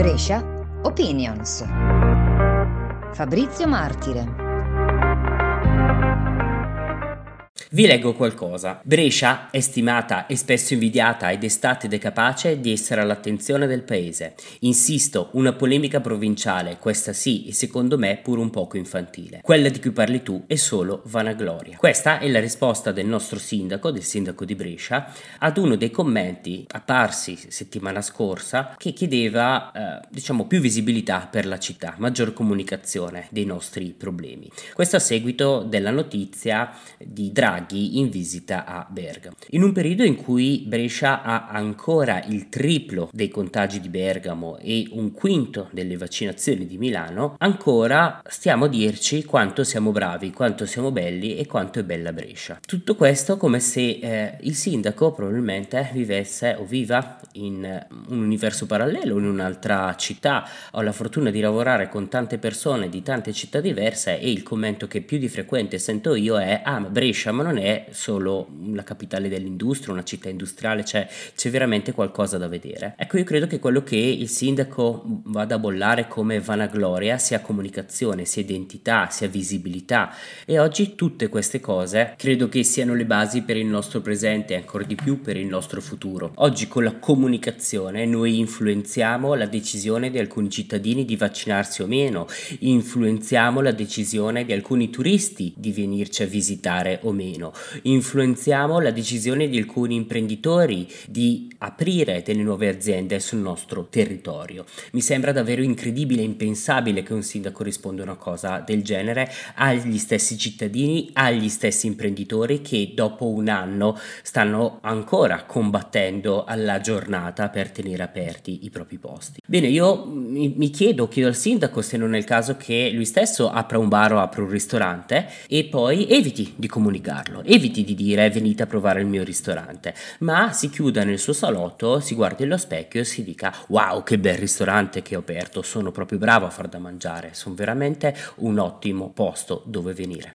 Brescia Opinions. Fabrizio Martire. Vi leggo qualcosa. Brescia è stimata e spesso invidiata ed è stata ed è capace di essere all'attenzione del paese. Insisto, una polemica provinciale, questa sì, e secondo me pure un poco infantile. Quella di cui parli tu è solo vanagloria. Questa è la risposta del nostro sindaco, del sindaco di Brescia, ad uno dei commenti apparsi settimana scorsa che chiedeva, più visibilità per la città, maggior comunicazione dei nostri problemi. Questo a seguito della notizia di Draghi in visita a Bergamo. In un periodo in cui Brescia ha ancora il triplo dei contagi di Bergamo e un quinto delle vaccinazioni di Milano, ancora stiamo a dirci quanto siamo bravi, quanto siamo belli e quanto è bella Brescia. Tutto questo come se il sindaco probabilmente vivesse o viva in un universo parallelo, in un'altra città. Ho la fortuna di lavorare con tante persone di tante città diverse e il commento che più di frequente sento io è: ma Brescia ma non è solo la capitale dell'industria, una città industriale, c'è veramente qualcosa da vedere. Ecco, io credo che quello che il sindaco vada a bollare come vanagloria sia comunicazione, sia identità, sia visibilità, e oggi tutte queste cose credo che siano le basi per il nostro presente e ancora di più per il nostro futuro. Oggi con la comunicazione noi influenziamo la decisione di alcuni cittadini di vaccinarsi o meno, influenziamo la decisione di alcuni turisti di venirci a visitare o meno, influenziamo la decisione di alcuni imprenditori di aprire delle nuove aziende sul nostro territorio. Mi sembra davvero incredibile e impensabile che un sindaco risponda a una cosa del genere agli stessi cittadini, agli stessi imprenditori che dopo un anno stanno ancora combattendo alla giornata per tenere aperti i propri posti. Bene, io mi chiedo al sindaco se non è il caso che lui stesso apra un bar o apra un ristorante e poi eviti di comunicarlo, eviti di dire venite a provare il mio ristorante, ma si chiuda nel suo salotto, si guardi allo specchio e si dica: wow, che bel ristorante che ho aperto, sono proprio bravo a far da mangiare, sono veramente un ottimo posto dove venire.